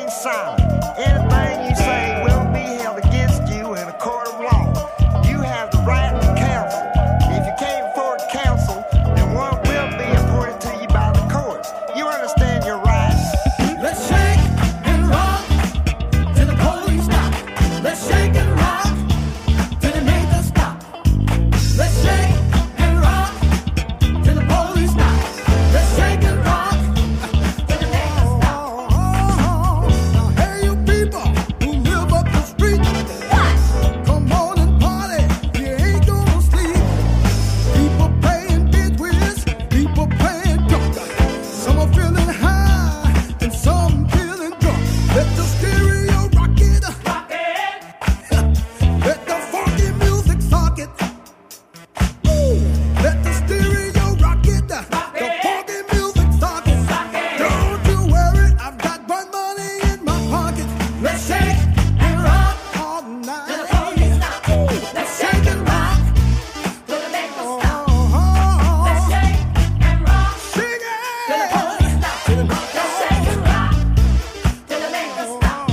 remain silent. Anything you say will be held against you in a court of law. You have the right to counsel. If you can't afford counsel, then one will be appointed to you by the courts. You understand your rights? Let's shake and rock till the police stop. Let's shake and rock till they make us stop. Let's shake and rock till the police stop. Let's shake and rock till they make us stop. Now hey you people who live up the street, come on and party, you ain't gonna sleep. People playing big whiz, people playing drunk. Some are feeling high and some feeling drunk. Let the stereo rock it, rock it. Let the funky music sock it. Ooh. Let the stereo rock it, the funky music sock it. Don't you worry, I've got burnt money in my pocket. Let's shake and rock all night. Till the police stop. Let's shake and rock till they make us stop. Let's shake and rock till the police stop. Let's shake and rock till they make us stop.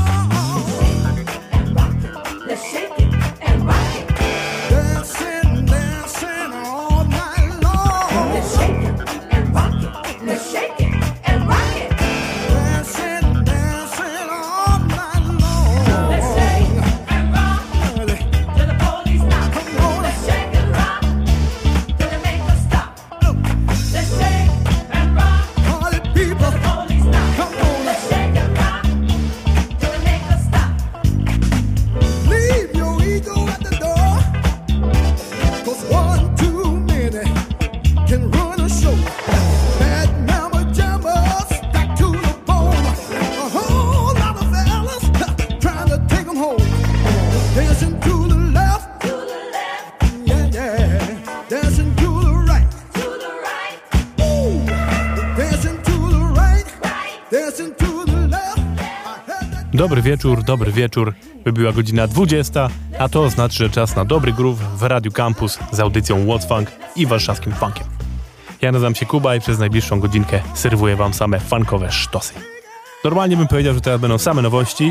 Let's shake it and rock it. Dancing, dancing all night long. Let's shake it and rock it. Let's shake it and rock it. Dancing, dancing all night long. Let's shake and rock till the police stop. Let's shake and rock till they make us stop. Let's shake and rock Party people, till the police stop. come on, Let's shake and rock till they make us stop. leave your ego at the door. 'Cause one too many can run a show. Bad mama jammers back to the bone. A whole lot of fellas trying to take them home. Dancing to the left, To the left, yeah, yeah. Dancing to the right, to the right, ooh. Dancing to the right, right. dancing to the left. I heard that. Dobry wieczór. Wybiła godzina 20, a to oznacza, że czas na dobry groove w Radiu Campus z audycją What's Funk i warszawskim funkiem. Ja nazywam się Kuba i przez najbliższą godzinkę serwuję wam same funkowe sztosy. Normalnie bym powiedział, że teraz będą same nowości,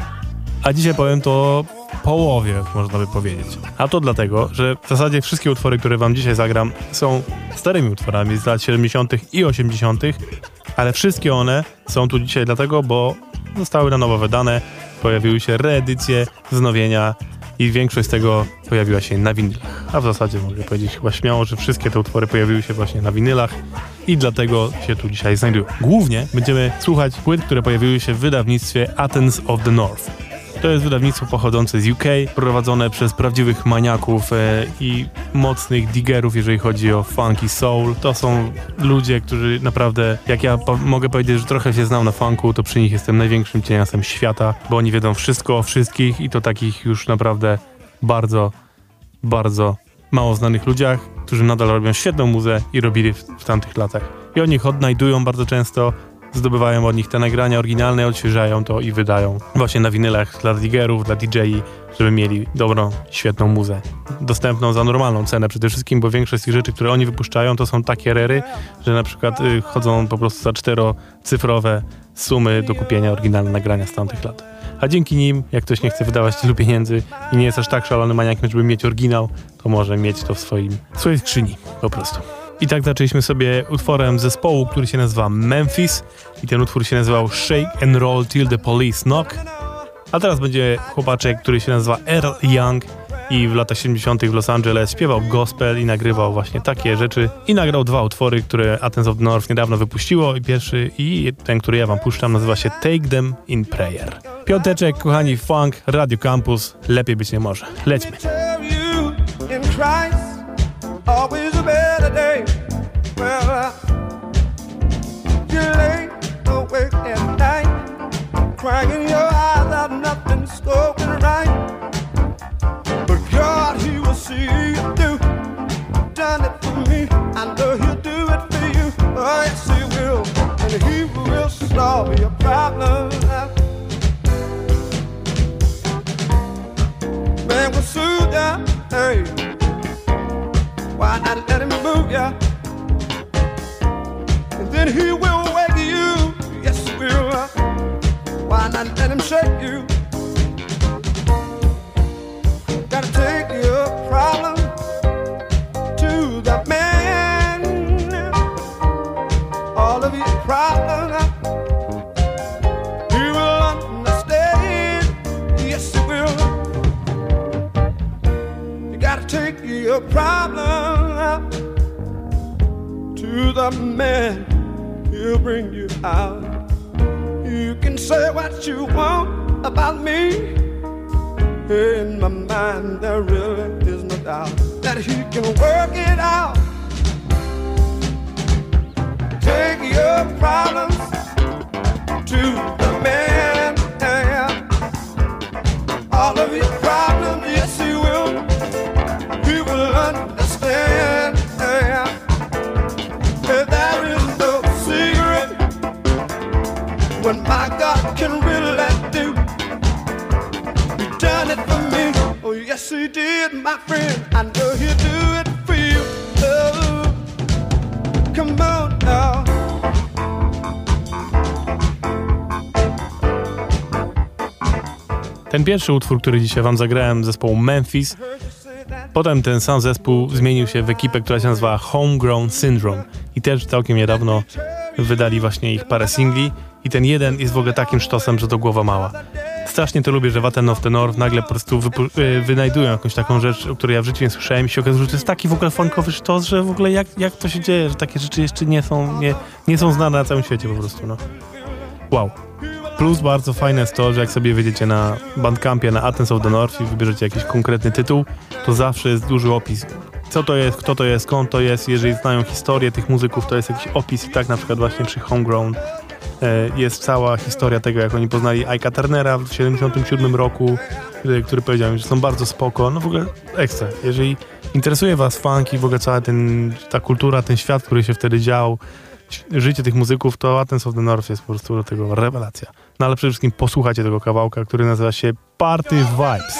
a dzisiaj powiem to połowie, można by powiedzieć. A to dlatego, że w zasadzie wszystkie utwory, które wam dzisiaj zagram, są starymi utworami z lat 70. i 80., ale wszystkie one są tu dzisiaj dlatego, bo zostały na nowo wydane, pojawiły się reedycje, wznowienia i większość z tego pojawiła się na winylach. A w zasadzie mogę powiedzieć chyba śmiało, że wszystkie te utwory pojawiły się właśnie na winylach i dlatego się tu dzisiaj znajdują. Głównie będziemy słuchać płyt, które pojawiły się w wydawnictwie Athens of the North. To jest wydawnictwo pochodzące z UK, prowadzone przez prawdziwych maniaków i mocnych diggerów, jeżeli chodzi o funk i soul. To są ludzie, którzy naprawdę, jak ja mogę powiedzieć, że trochę się znam na funku, to przy nich jestem największym cieniasem świata, bo oni wiedzą wszystko o wszystkich i to takich już naprawdę bardzo, bardzo mało znanych ludziach, którzy nadal robią świetną muzę i robili w tamtych latach. I oni ich odnajdują bardzo często, zdobywają od nich te nagrania oryginalne, odświeżają to i wydają właśnie na winylach dla diggerów, dla DJ-i, żeby mieli dobrą, świetną muzę. Dostępną za normalną cenę przede wszystkim, bo większość z tych rzeczy, które oni wypuszczają, to są takie rery, że na przykład chodzą po prostu za 4-cyfrowe sumy do kupienia oryginalne nagrania z tamtych lat. A dzięki nim, jak ktoś nie chce wydawać tylu pieniędzy i nie jest aż tak szalony maniakiem, żeby mieć oryginał, to może mieć to w swojej skrzyni po prostu. I tak zaczęliśmy sobie utworem zespołu, który się nazywa Memphis i ten utwór się nazywał Shake and Roll Till the Police Knock. A teraz będzie chłopaczek, który się nazywa Earl Young i w latach 70. w Los Angeles śpiewał gospel i nagrywał właśnie takie rzeczy i nagrał 2 utwory, które Athens of the North niedawno wypuściło i pierwszy i ten, który ja wam puszczam, nazywa się Take Them in Prayer. Piąteczek, kochani, funk, Radio Campus, lepiej być nie może. Lećmy. Always a better day. Well, you lay awake at night, crying your eyes out, nothing's going right. But God, He will see you do. Done it for me, I know He'll do it for you. Oh yes, He will, and He will solve your problem. Man will soothe ya, hey. Why not let Him move ya? And then He will wake you. Yes, He will. Why and let him shake you. Gotta take your problem to the man. All of your problems, he will understand. Yes, he will. You gotta take your problem to the man. He'll bring you out. You can say what you want about me. In my mind there really is no doubt that he can work it out. Take your problems to the man. All of your problems, yes he will. He will understand. There is no secret when my God can really do. He done it for me. Oh yes he did, my friend. I know he'll do it for you. Oh, come on now. Ten pierwszy utwór, który dzisiaj wam zagrałem, zespołu Memphis. Potem ten sam zespół zmienił się w ekipę, która się nazywa Homegrown Syndrome. I też całkiem niedawno wydali właśnie ich parę singli. I ten jeden jest w ogóle takim sztosem, że to głowa mała. Strasznie to lubię, że Waten of the North nagle po prostu wynajdują jakąś taką rzecz, o której ja w życiu nie słyszałem i się okazuje, że to jest taki w ogóle funkowy sztos, że w ogóle jak to się dzieje, że takie rzeczy jeszcze nie są znane na całym świecie po prostu, no. Wow. Plus bardzo fajne jest to, że jak sobie wejdziecie na Bandcampie, na Athens of the North i wybierzecie jakiś konkretny tytuł, to zawsze jest duży opis. Co to jest, kto to jest, skąd to jest. Jeżeli znają historię tych muzyków, to jest jakiś opis i tak na przykład właśnie przy Homegrown jest cała historia tego, jak oni poznali Ike'a Turnera w 1977 roku, który powiedział mi, że są bardzo spoko. No w ogóle ekstra. Jeżeli interesuje was funk i w ogóle cała ta kultura, ten świat, który się wtedy dział, życie tych muzyków, to Athens of the North jest po prostu do tego rewelacja. No ale przede wszystkim posłuchajcie tego kawałka, który nazywa się Party Vibes.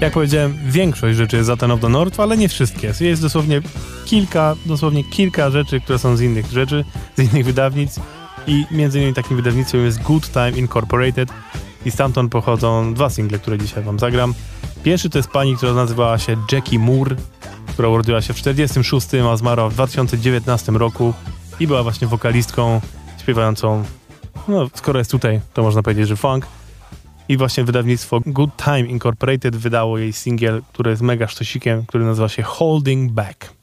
Jak powiedziałem, większość rzeczy jest za Ten of the North, ale nie wszystkie. Jest dosłownie kilka rzeczy, które są z innych wydawnictw i między innymi takim wydawnictwem jest Good Time Incorporated i stamtąd pochodzą 2 single, które dzisiaj wam zagram. Pierwszy to jest pani, która nazywała się Jackie Moore, która urodziła się w 1946, a zmarła w 2019 roku i była właśnie wokalistką śpiewającą, no skoro jest tutaj, to można powiedzieć, że funk. I właśnie wydawnictwo Good Time Incorporated wydało jej singiel, który jest mega sztosikiem, który nazywa się Holding Back.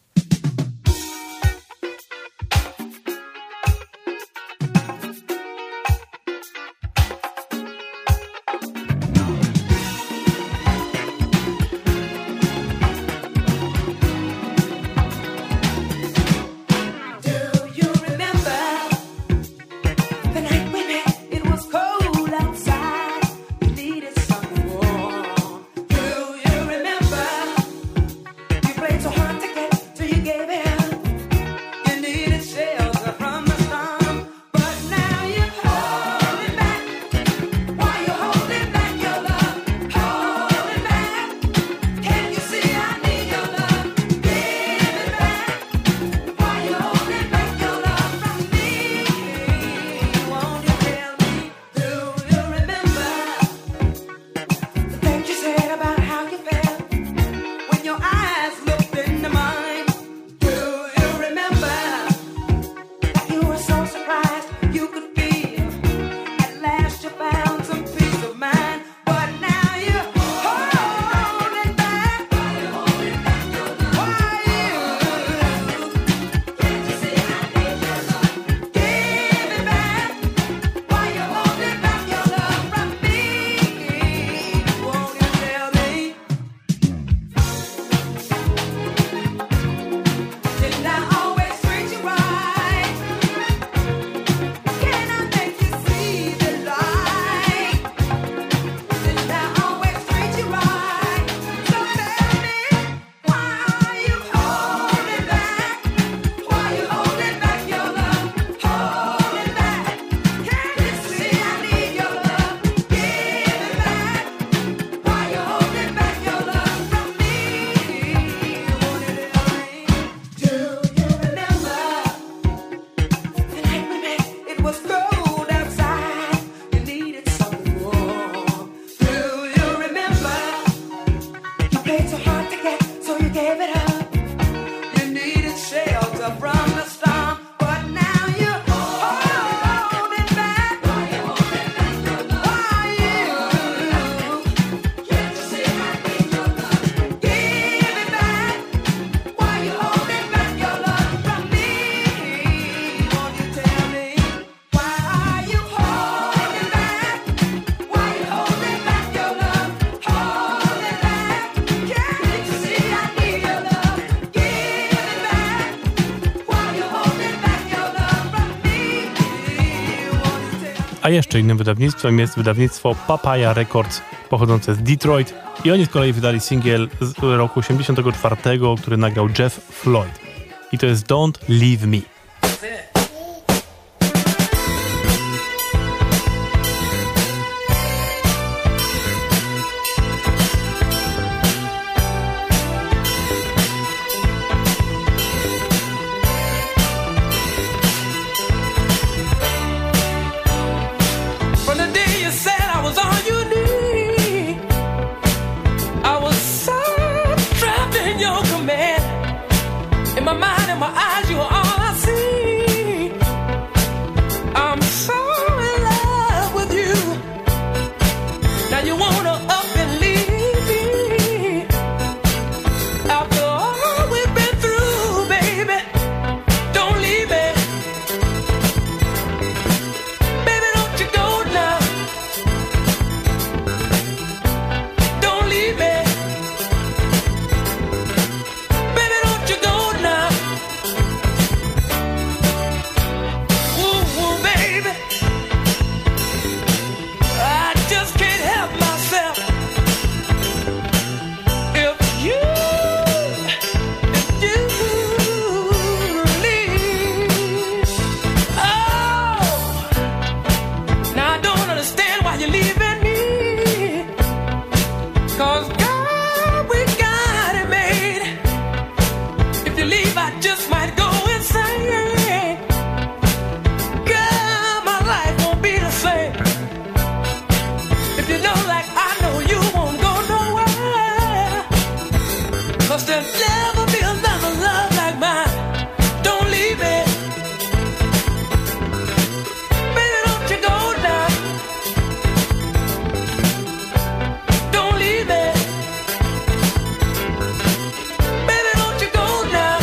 A jeszcze innym wydawnictwem jest wydawnictwo Papaya Records, pochodzące z Detroit. I oni z kolei wydali singiel z roku 1984, który nagrał Jeff Floyd. I to jest Don't Leave Me. 'cause there'll never be another love like mine. Don't leave me. Baby, don't you go now. Don't leave me. Baby, don't you go now.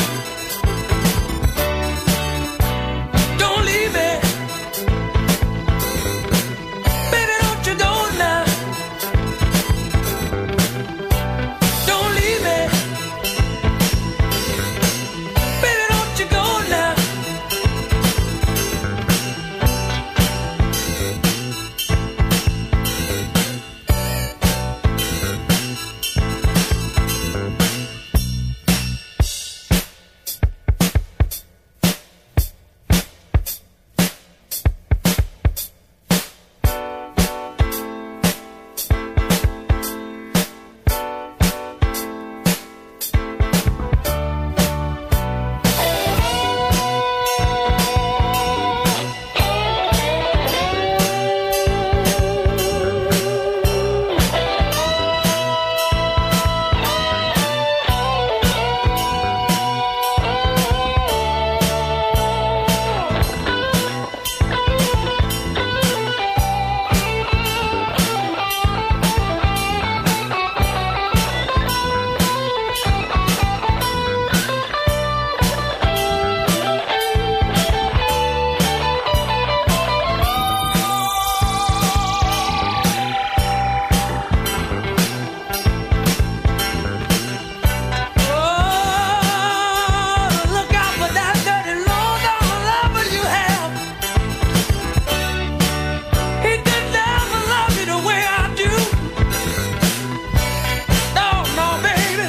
Don't leave me. Baby, don't you go now. Don't leave me. Baby, don't you go now. Oh, look out for that dirty low-down lover you have. He could never love you the way I do. Oh, no, baby.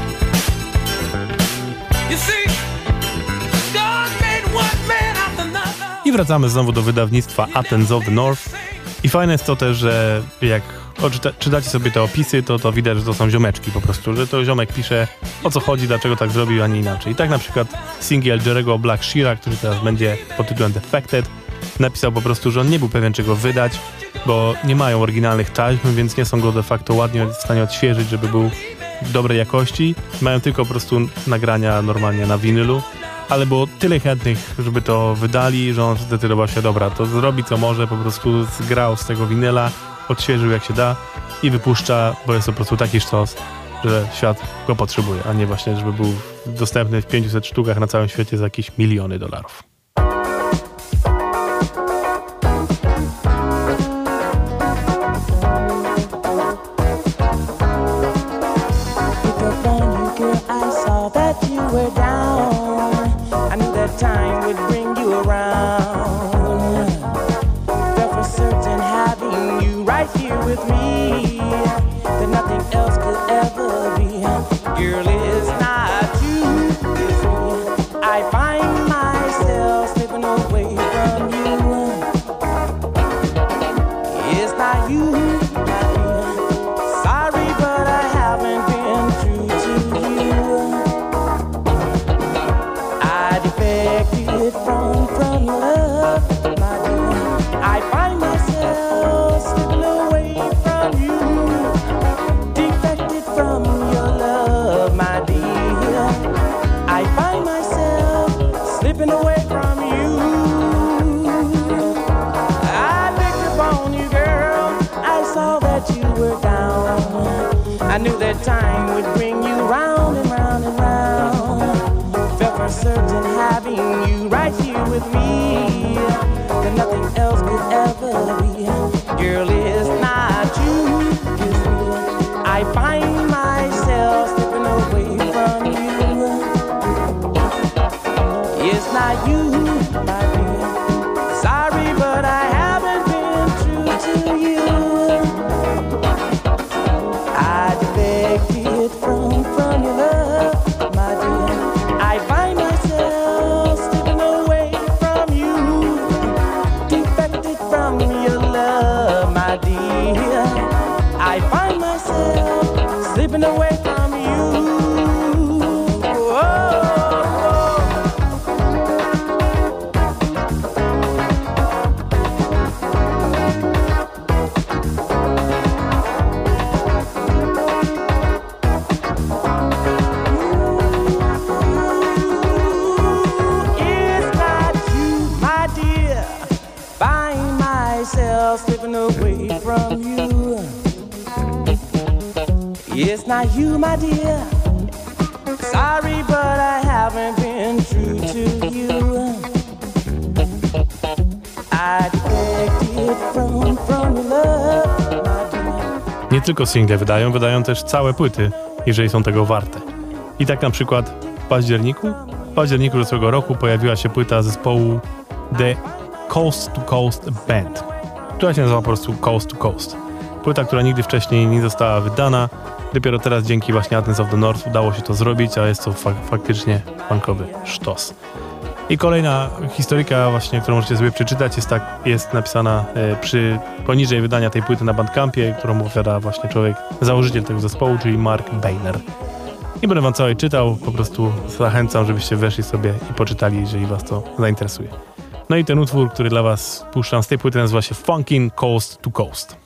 You see, God made one man after another. I wracamy znowu do wydawnictwa Athens of the North. I fajne jest to też, że jak czytacie sobie te opisy, to widać, że to są ziomeczki po prostu, że to ziomek pisze, o co chodzi, dlaczego tak zrobił, a nie inaczej. I tak na przykład singiel Jerry'ego Black Sheara, który teraz będzie pod tytułem Defected, napisał po prostu, że on nie był pewien, czego wydać, bo nie mają oryginalnych taśm, więc nie są go de facto ładnie w stanie odświeżyć, żeby był dobrej jakości. Mają tylko po prostu nagrania normalnie na winylu, ale było tyle chętnych, żeby to wydali, że on zdecydował się, dobra, to zrobi co może, po prostu zgrał z tego winyla, odświeżył jak się da i wypuszcza, bo jest po prostu taki sztos, że świat go potrzebuje, a nie właśnie, żeby był dostępny w 500 sztukach na całym świecie za jakieś miliony dolarów. Time would bring you around. Felt for certain having you right here with me, that nothing else could ever be. Girl, it's not you, it's me. I find myself slipping away from you. It's not you, not me. Sorry, but I haven't been true to you. I defected from love, my dear. I find myself slipping away from you. Defected from your love, my dear. I find myself slipping away from you. I picked up on you, girl. I saw that you were down. I knew that time would bring you round and round and round. Felt for certain having you right here with me, that nothing else could ever be. Girl, it's not you, it's me. I find myself slipping away from you. It's not you, my dear. Sorry, but I haven't been true to you. I defected from your love, my dear. I find myself girl slipping away from you. It's not you, my dear. Sorry, but I haven't been true to you. I expected from your love, my dear. Nie tylko single wydają też całe płyty, jeżeli są tego warte. I tak na przykład w październiku zeszłego roku pojawiła się płyta zespołu The Coast to Coast Band, która się nazywa po prostu Coast to Coast. Płyta, która nigdy wcześniej nie została wydana. Dopiero teraz dzięki właśnie Athens of the North udało się to zrobić, a jest to faktycznie funkowy sztos. I kolejna historyjka właśnie, którą możecie sobie przeczytać, jest napisana poniżej wydania tej płyty na Bandcampie, którą opowiada właśnie założyciel tego zespołu, czyli Mark Boehner. Nie będę wam całej czytał, po prostu zachęcam, żebyście weszli sobie i poczytali, jeżeli was to zainteresuje. No i ten utwór, który dla was puszczam z tej płyty, nazywa się Funkin' Coast to Coast.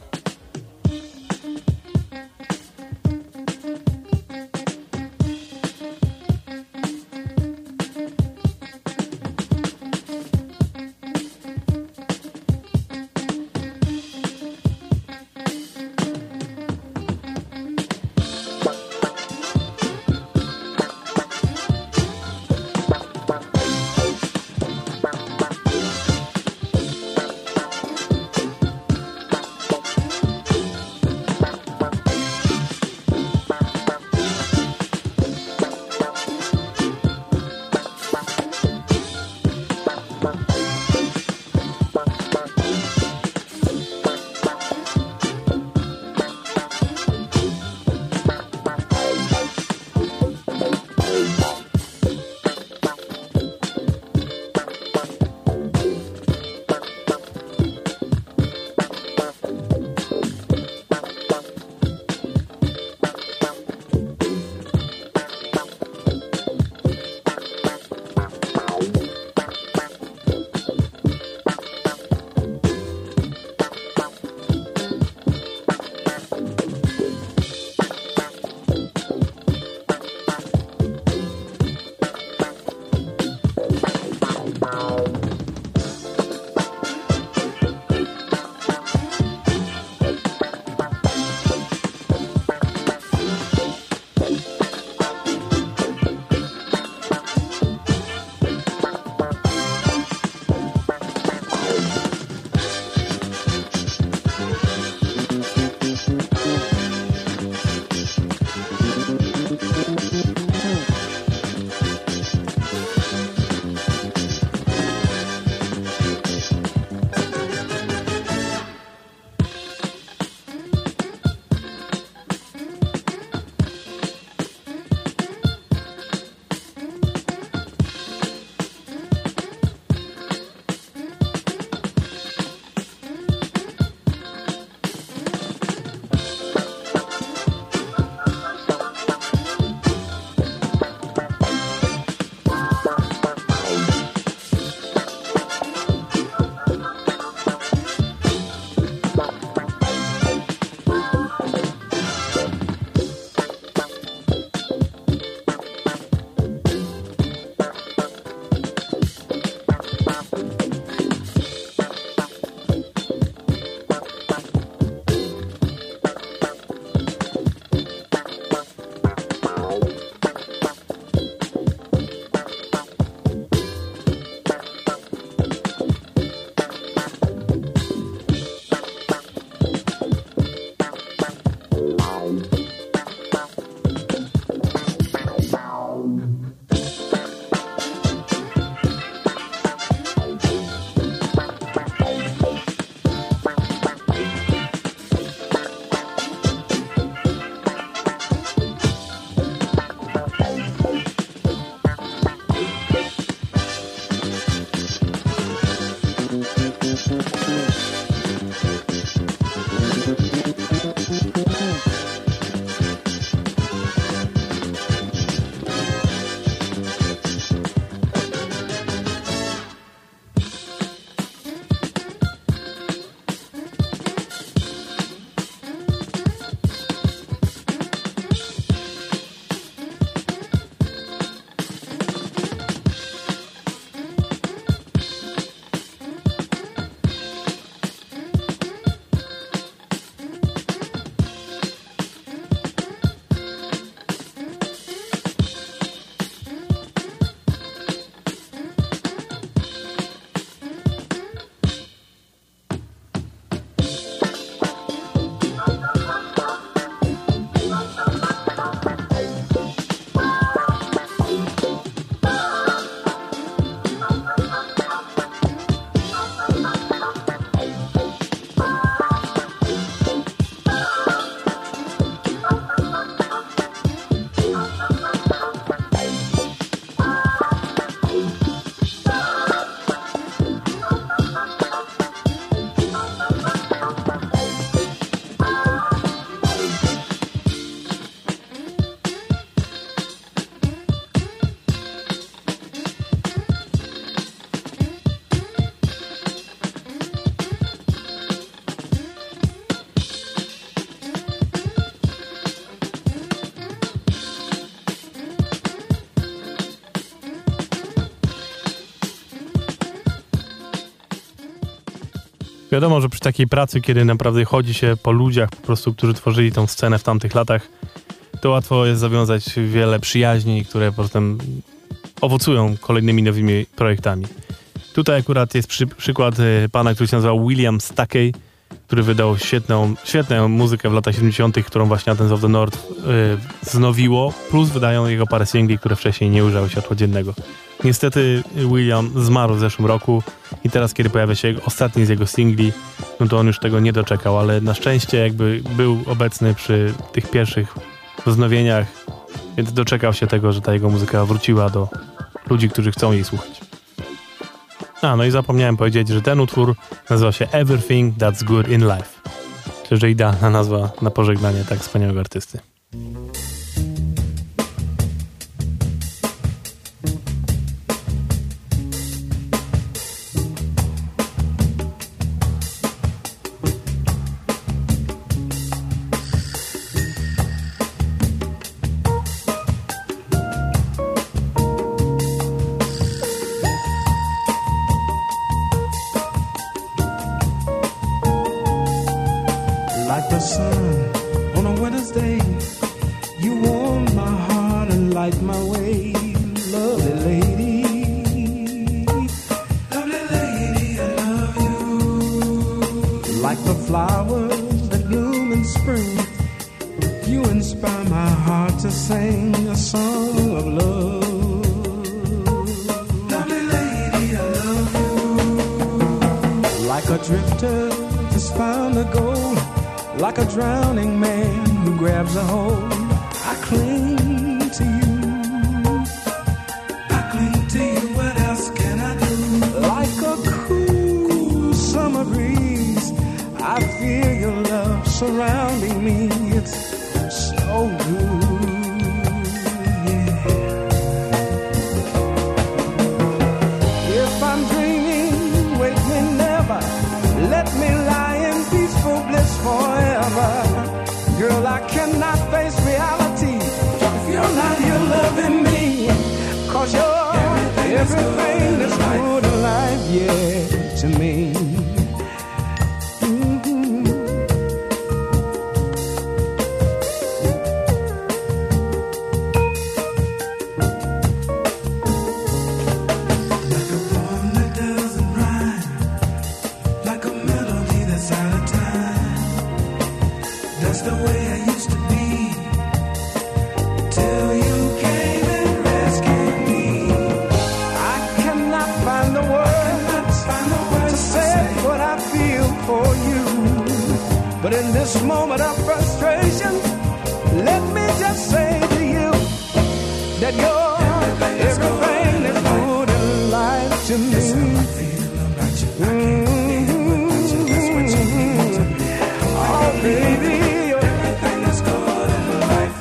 Wiadomo, że przy takiej pracy, kiedy naprawdę chodzi się po ludziach po prostu, którzy tworzyli tą scenę w tamtych latach, to łatwo jest zawiązać wiele przyjaźni, które potem owocują kolejnymi nowymi projektami. Tutaj akurat jest przykład pana, który się nazywał William Stackey, który wydał świetną muzykę w latach 70., którą właśnie Athens of the North wznowiło, plus wydają jego parę singli, które wcześniej nie ujrzały światła dziennego. Niestety William zmarł w zeszłym roku i teraz, kiedy pojawia się ostatni z jego singli, no to on już tego nie doczekał, ale na szczęście jakby był obecny przy tych pierwszych wznowieniach, więc doczekał się tego, że ta jego muzyka wróciła do ludzi, którzy chcą jej słuchać. No i zapomniałem powiedzieć, że ten utwór nazywa się Everything That's Good in Life. Myślę, że idealna nazwa na pożegnanie tak wspaniałego artysty. Like the sun on a winter's day, you warm my heart and light my way. Lovely lady, I love you. Like the flowers that bloom in spring, you inspire my heart to sing a song of love. Lovely lady, I love you. Like a drifter just found a goal, like a drowning man who grabs a hold, I cling to you. I cling to you, what else can I do? Like a cool summer breeze, I feel your love surrounding me. It's so good, yeah. If I'm dreaming, wake me never, let me lie in peaceful bliss forever. Girl, I cannot face reality if you're not here loving me. 'Cause you're everything that's good in life, yeah, to me. But in this moment of frustration, let me just say to you that you're everything that's good in life to me. Oh, baby, you're everything that's good in life.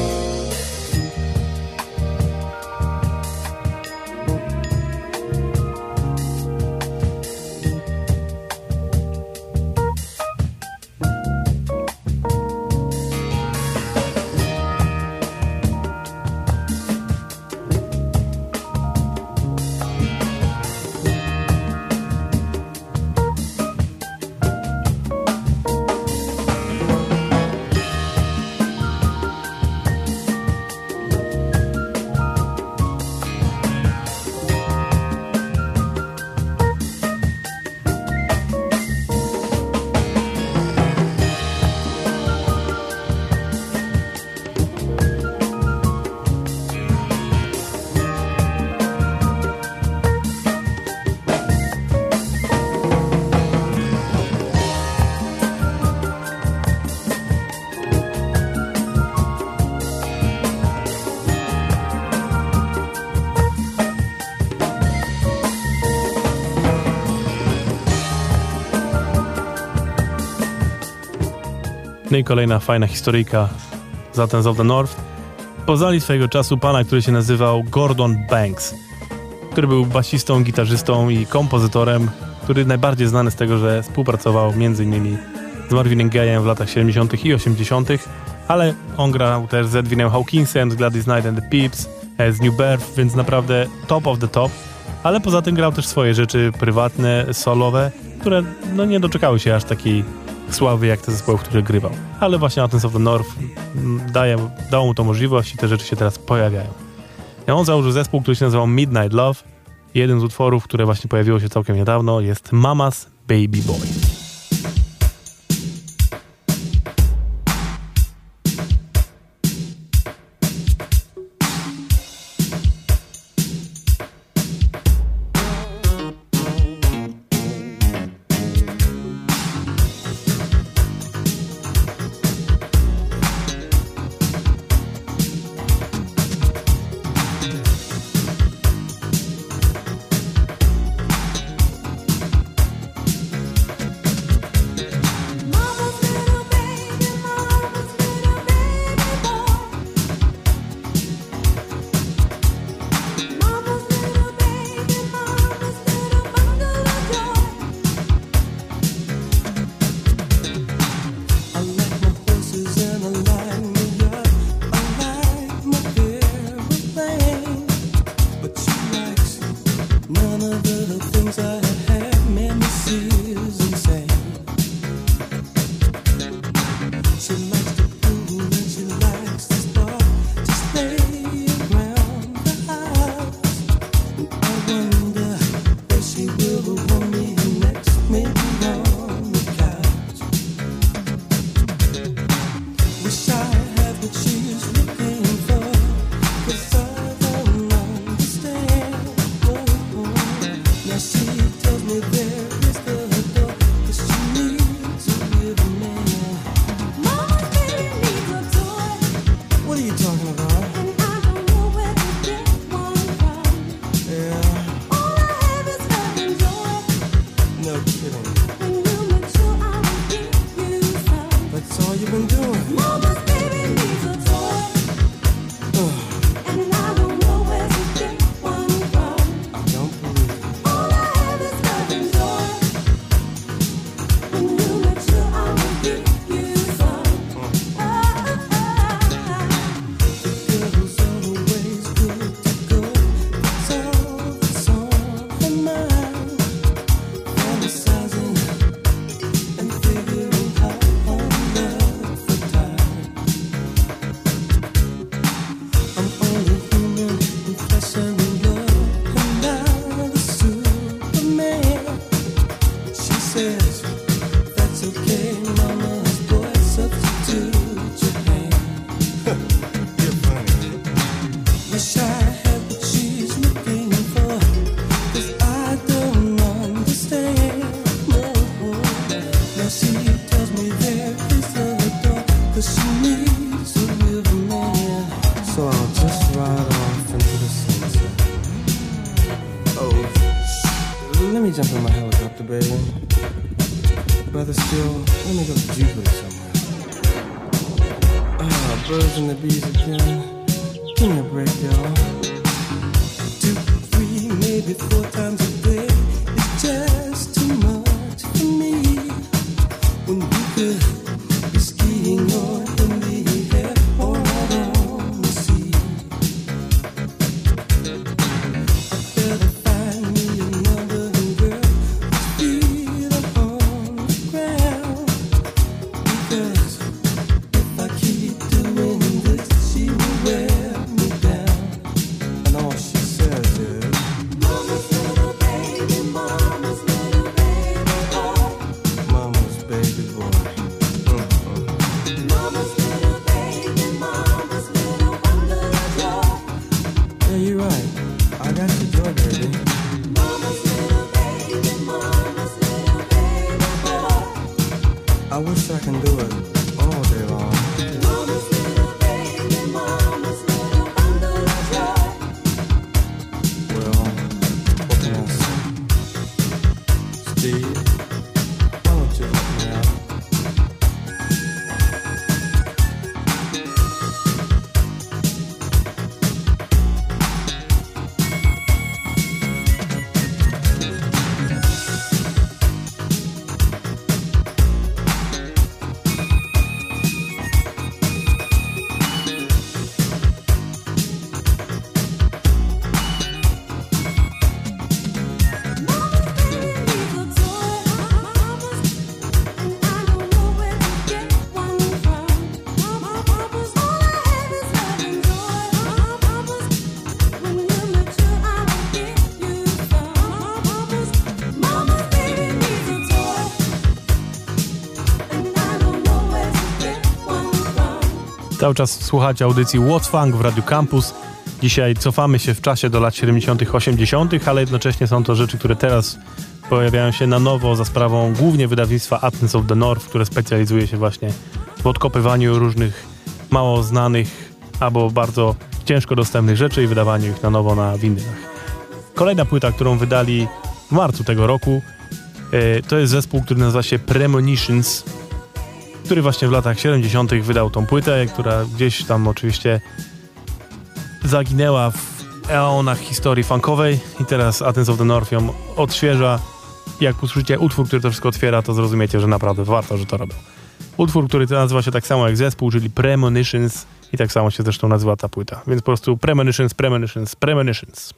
No i kolejna fajna historyjka z Athens of the North. Poznali swojego czasu pana, który się nazywał Gordon Banks, który był basistą, gitarzystą i kompozytorem, który najbardziej znany z tego, że współpracował m.in. z Marvinem Gayem w latach 70. i 80., ale on grał też z Edwinem Hawkinsem, z Gladys Knight and the Pips, z New Birth, więc naprawdę top of the top. Ale poza tym grał też swoje rzeczy prywatne, solowe które no nie doczekały się aż takiej sławy jak te zespoły, w których grywał. Ale właśnie Mountains of the North dało mu to możliwość i te rzeczy się teraz pojawiają. On założył zespół, który się nazywał Midnight Love. Jeden z utworów, które właśnie pojawiło się całkiem niedawno, jest Mama's Baby Boy. Cały czas słuchacie audycji What's Funk w Radio Campus. Dzisiaj cofamy się w czasie do lat 70., 80., ale jednocześnie są to rzeczy, które teraz pojawiają się na nowo za sprawą głównie wydawnictwa Athens of the North, które specjalizuje się właśnie w odkopywaniu różnych mało znanych albo bardzo ciężko dostępnych rzeczy i wydawaniu ich na nowo na winylach. Kolejna płyta, którą wydali w marcu tego roku, to jest zespół, który nazywa się Premonitions, który właśnie w latach 70. wydał tą płytę, która gdzieś tam oczywiście zaginęła w eonach historii funkowej i teraz Athens of the North ją odświeża. Jak usłyszycie utwór, który to wszystko otwiera, to zrozumiecie, że naprawdę warto, że to robią. Utwór, który nazywa się tak samo jak zespół, czyli Premonitions i tak samo się zresztą nazywa ta płyta. Więc po prostu Premonitions, Premonitions, Premonitions.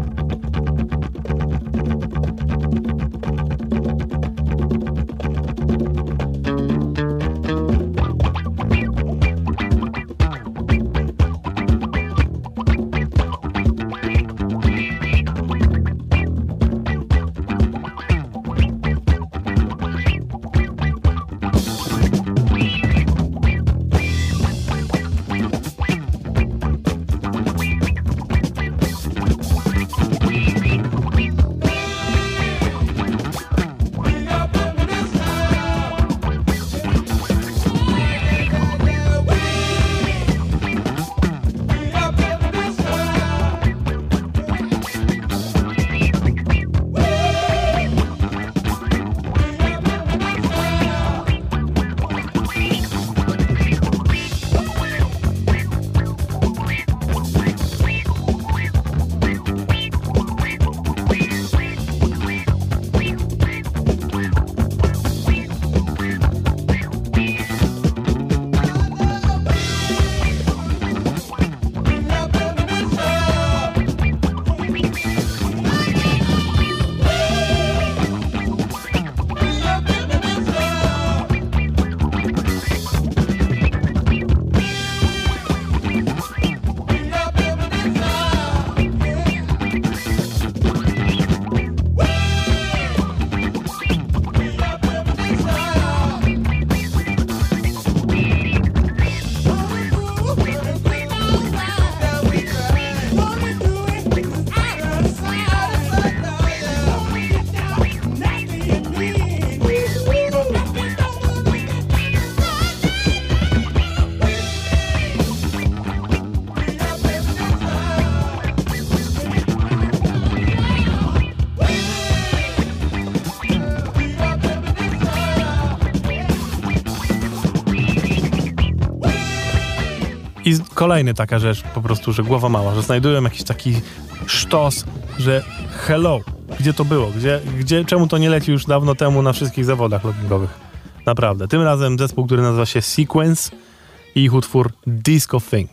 I kolejny taka rzecz po prostu, że głowa mała, że znajdują jakiś taki sztos, że hello, gdzie to było? Czemu to nie leci już dawno temu na wszystkich zawodach lotningowych? Naprawdę. Tym razem zespół, który nazywa się Sequence i ich utwór Disco Thing.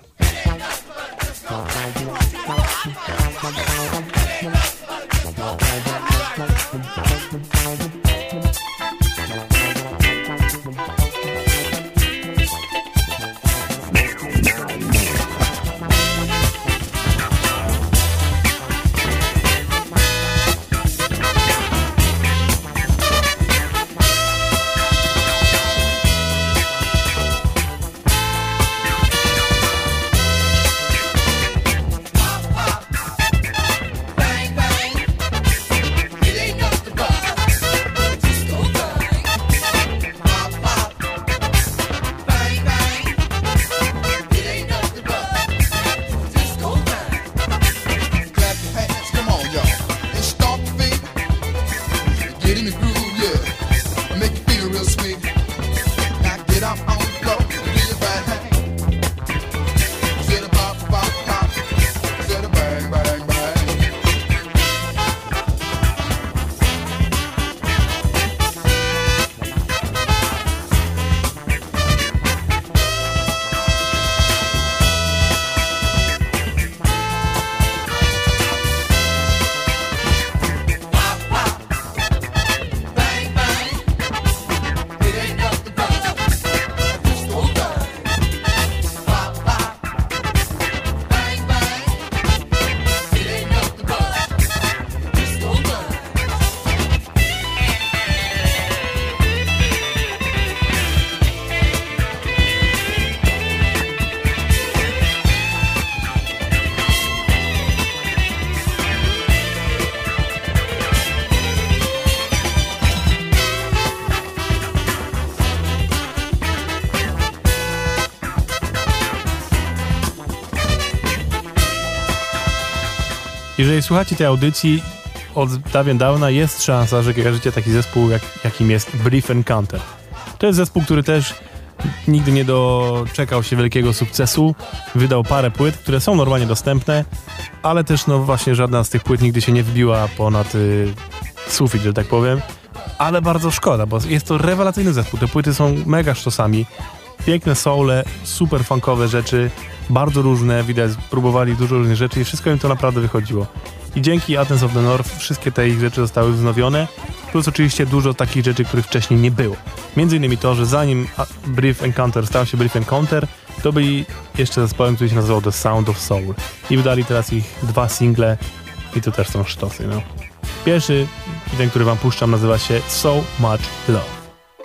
Bang, bang. Jeżeli słuchacie tej audycji od dawien dawna, jest szansa, że kojarzycie taki zespół, jakim jest Brief Encounter. To jest zespół, który też nigdy nie doczekał się wielkiego sukcesu. Wydał parę płyt, które są normalnie dostępne, ale też no właśnie żadna z tych płyt nigdy się nie wbiła ponad sufit, że tak powiem. Ale bardzo szkoda, bo jest to rewelacyjny zespół. Te płyty są mega sztosami. Piękne soule, super funkowe rzeczy, bardzo różne, widać, próbowali dużo różnych rzeczy i wszystko im to naprawdę wychodziło. I dzięki Athens of the North wszystkie te ich rzeczy zostały wznowione, plus oczywiście dużo takich rzeczy, których wcześniej nie było. Między innymi to, że zanim Brief Encounter stał się Brief Encounter, to byli jeszcze zespołem, który się nazywał The Sound of Soul. I wydali teraz ich 2 single i to też są sztosy, no. Pierwszy, i ten, który wam puszczam, nazywa się So Much Love.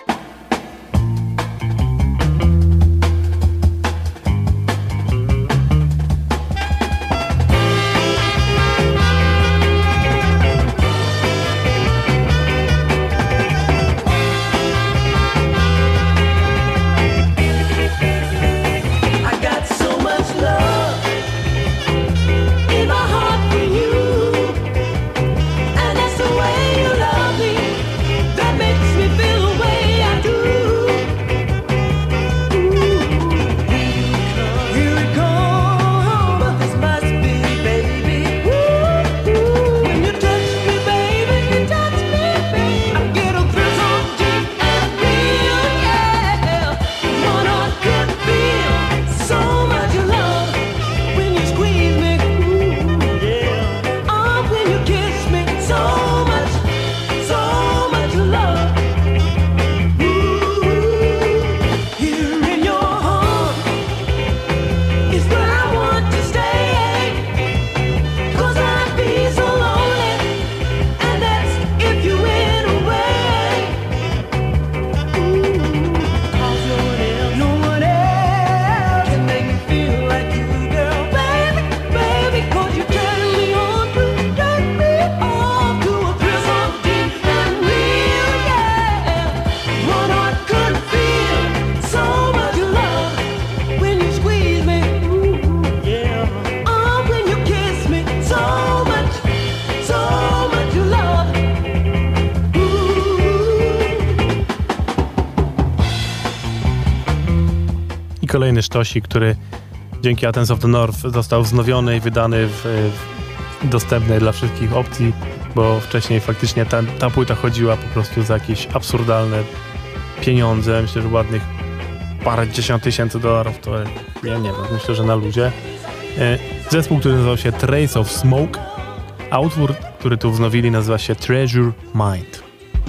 Kolejny sztosik, który dzięki Athens of the North został wznowiony i wydany w dostępnej dla wszystkich opcji, bo wcześniej faktycznie ta płyta chodziła po prostu za jakieś absurdalne pieniądze. Myślę, że ładnych parędziesiąt tysięcy dolarów, to ja nie wiem, myślę, że na ludzie. Zespół, który nazywał się Trace of Smoke, a utwór, który tu wznowili, nazywa się Treasure Mind.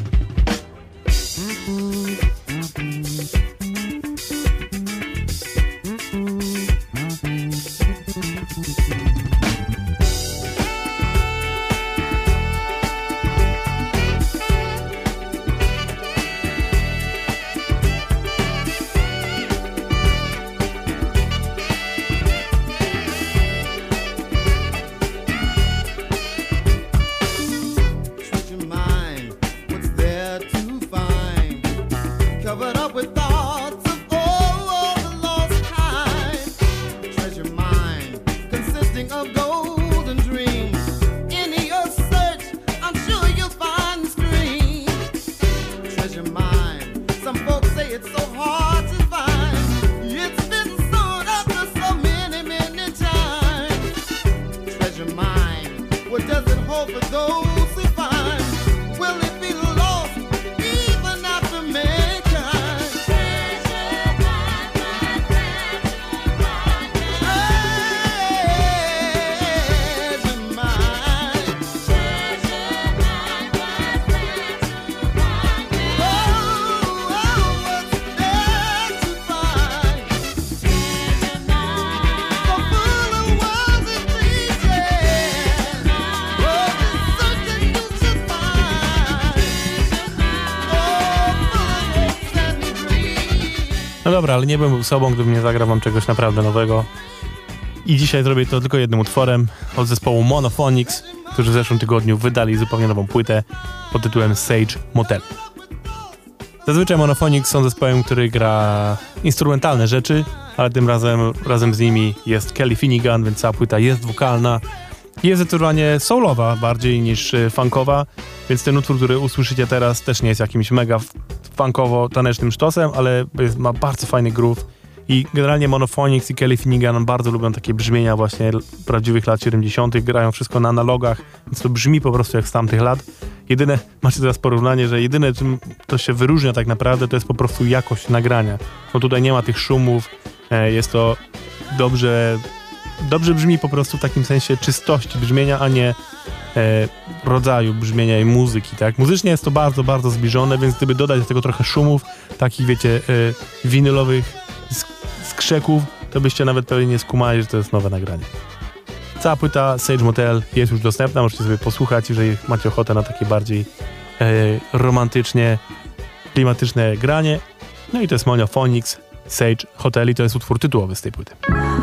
No dobra, ale nie byłbym sobą, gdybym nie zagrał wam czegoś naprawdę nowego. I dzisiaj zrobię to tylko jednym utworem od zespołu Monophonics, którzy w zeszłym tygodniu wydali zupełnie nową płytę pod tytułem Sage Motel. Zazwyczaj Monophonics są zespołem, który gra instrumentalne rzeczy, ale tym razem z nimi jest Kelly Finnegan, więc cała płyta jest wokalna. Jest zdecydowanie soulowa bardziej niż funkowa, więc ten utwór, który usłyszycie teraz, też nie jest jakimś mega funkowo-tanecznym sztosem, ale ma bardzo fajny groove i generalnie Monophonics i Kelly Finnegan bardzo lubią takie brzmienia właśnie prawdziwych lat 70. Grają wszystko na analogach, więc to brzmi po prostu jak z tamtych lat. Jedyne, macie teraz porównanie, że jedyne czym to się wyróżnia tak naprawdę, to jest po prostu jakość nagrania. No tutaj nie ma tych szumów, jest to dobrze brzmi po prostu w takim sensie czystości brzmienia, a nie rodzaju brzmienia i muzyki, tak? Muzycznie jest to bardzo, bardzo zbliżone, więc gdyby dodać do tego trochę szumów, takich wiecie, winylowych skrzeków, to byście nawet pewnie nie skumali, że to jest nowe nagranie. Cała płyta Sage Motel jest już dostępna, możecie sobie posłuchać, jeżeli macie ochotę na takie bardziej romantycznie, klimatyczne granie. No i to jest Monophonics, Sage Hotel i to jest utwór tytułowy z tej płyty.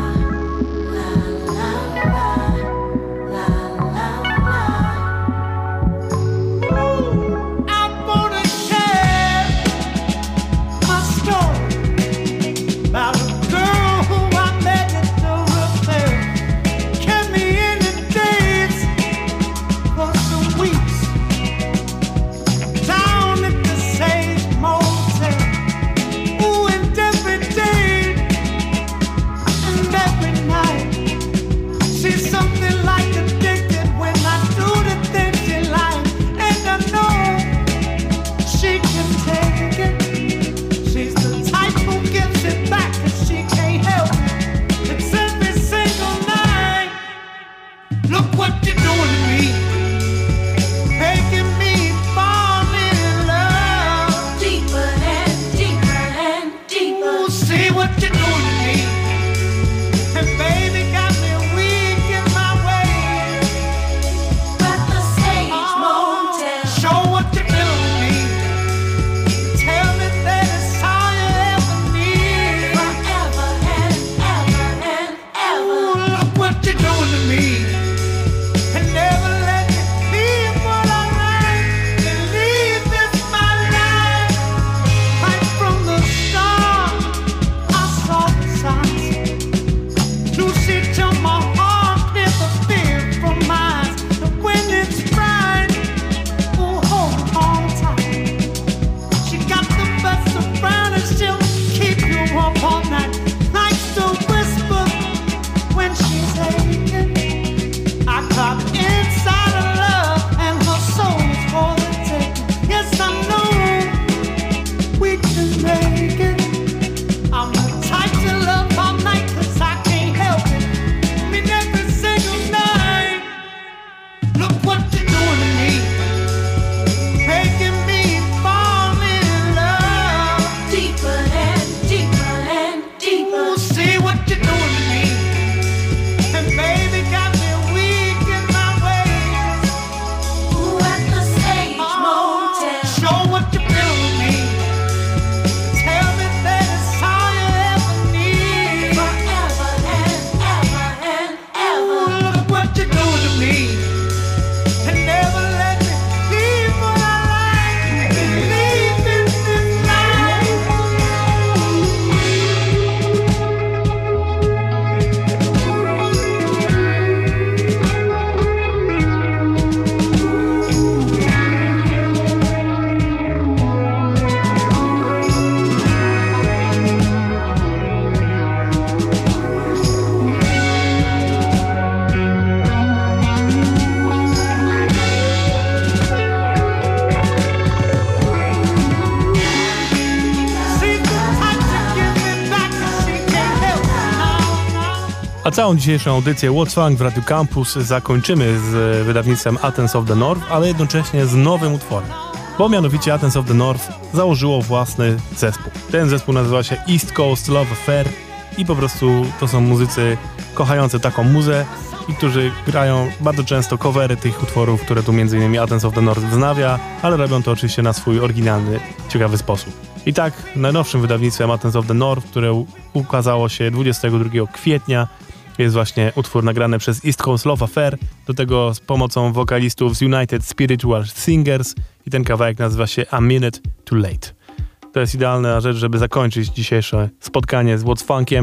A całą dzisiejszą audycję What's Funk w Radio Campus zakończymy z wydawnictwem Athens of the North, ale jednocześnie z nowym utworem. Bo mianowicie Athens of the North założyło własny zespół. Ten zespół nazywa się East Coast Love Affair i po prostu to są muzycy kochający taką muzę i którzy grają bardzo często covery tych utworów, które tu m.in. Athens of the North wznawia, ale robią to oczywiście na swój oryginalny, ciekawy sposób. I tak najnowszym wydawnictwem Athens of the North, które ukazało się 22 kwietnia, jest właśnie utwór nagrany przez East Coast Love Affair, do tego z pomocą wokalistów z United Spiritual Singers i ten kawałek nazywa się A Minute Too Late. To jest idealna rzecz, żeby zakończyć dzisiejsze spotkanie z What's Funkiem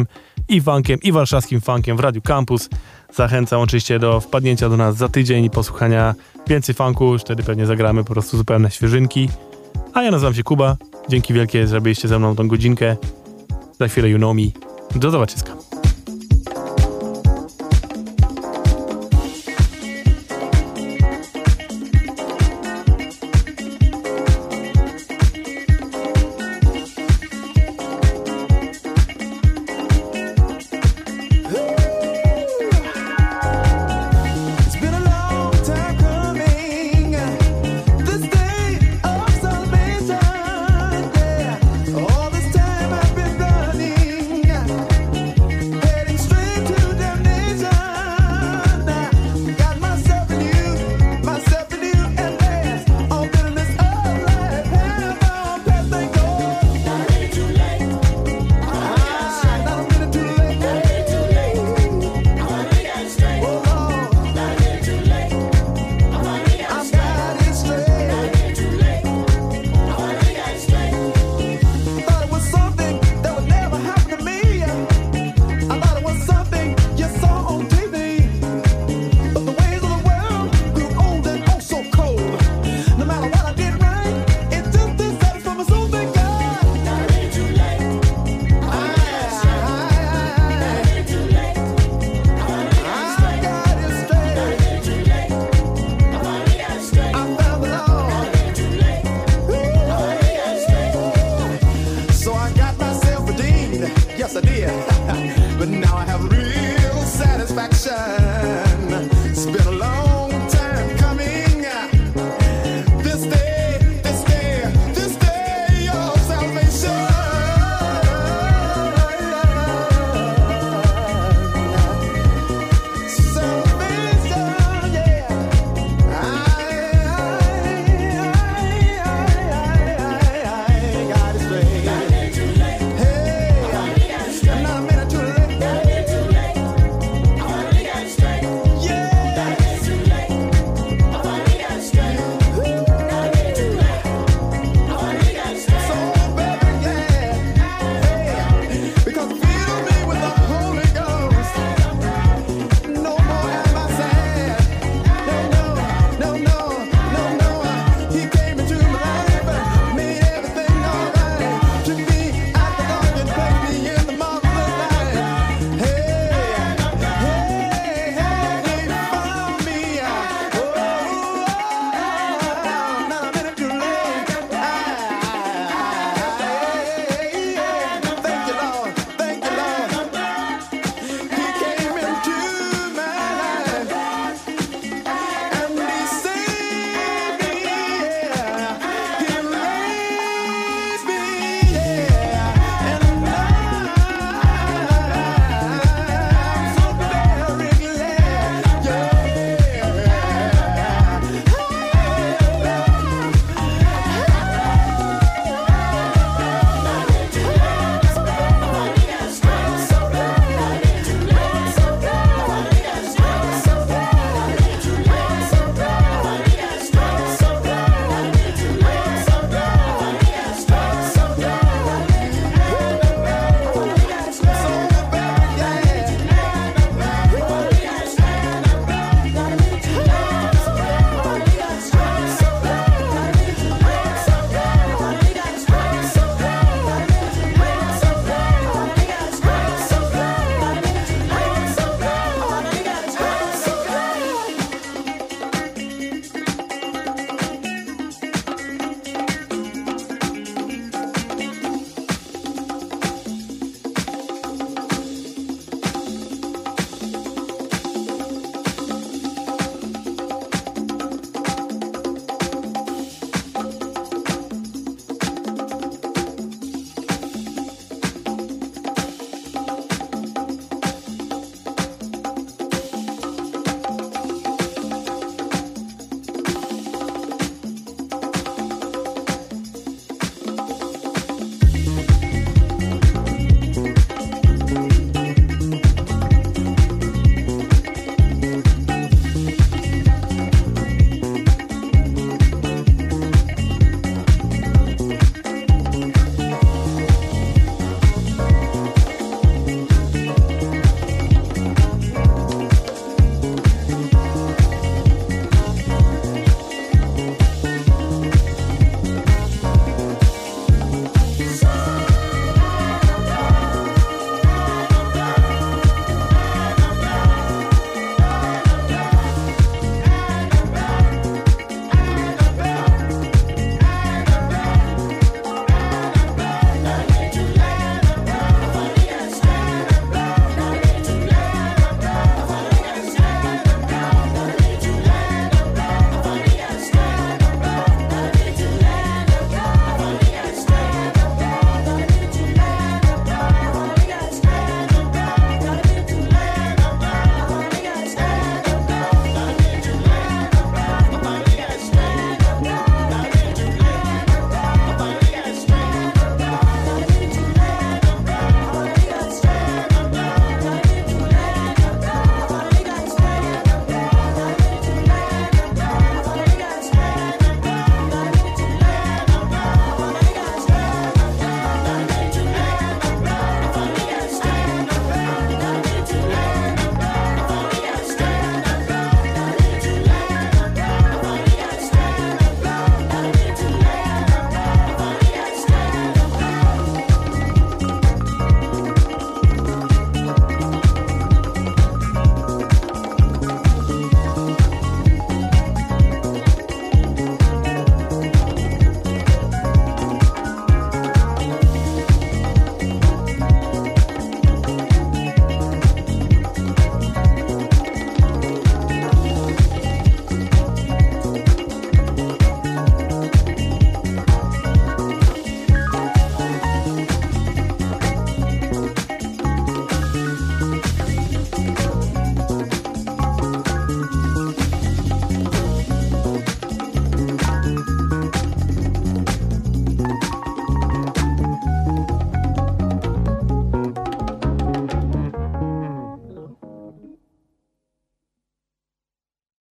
i funkiem, i warszawskim funkiem w Radiu Campus. Zachęcam oczywiście do wpadnięcia do nas za tydzień i posłuchania więcej funku, już wtedy pewnie zagramy po prostu zupełne świeżynki. A ja nazywam się Kuba. Dzięki wielkie, że byliście ze mną tą godzinkę. Za chwilę You Know Me. Do zobaczyska.